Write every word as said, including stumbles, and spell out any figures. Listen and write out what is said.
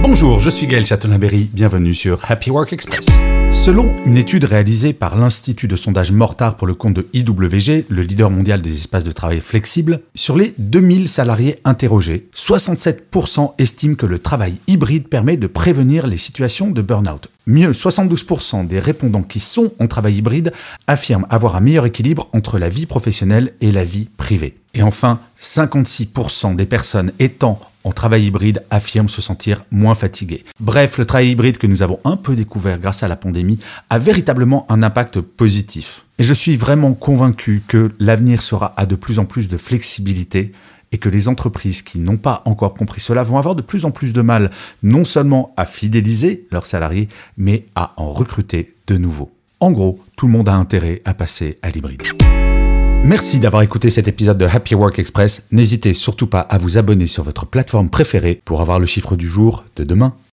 Bonjour, je suis Gaël Châtelain-Berry, bienvenue sur Happy Work Express. Selon une étude réalisée par l'Institut de sondage Mortar pour le compte de I W G, le leader mondial des espaces de travail flexibles, sur les deux mille salariés interrogés, soixante-sept pour cent estiment que le travail hybride permet de prévenir les situations de burn-out. Mieux, soixante-douze pour cent des répondants qui sont en travail hybride affirment avoir un meilleur équilibre entre la vie professionnelle et la vie privée. Et enfin, cinquante-six pour cent des personnes étant en travail hybride affirment se sentir moins fatiguées. Bref, le travail hybride que nous avons un peu découvert grâce à la pandémie a véritablement un impact positif. Et je suis vraiment convaincu que l'avenir sera à de plus en plus de flexibilité et que les entreprises qui n'ont pas encore compris cela vont avoir de plus en plus de mal non seulement à fidéliser leurs salariés, mais à en recruter de nouveaux. En gros, tout le monde a intérêt à passer à l'hybride. Merci d'avoir écouté cet épisode de Happy Work Express. N'hésitez surtout pas à vous abonner sur votre plateforme préférée pour avoir le chiffre du jour de demain.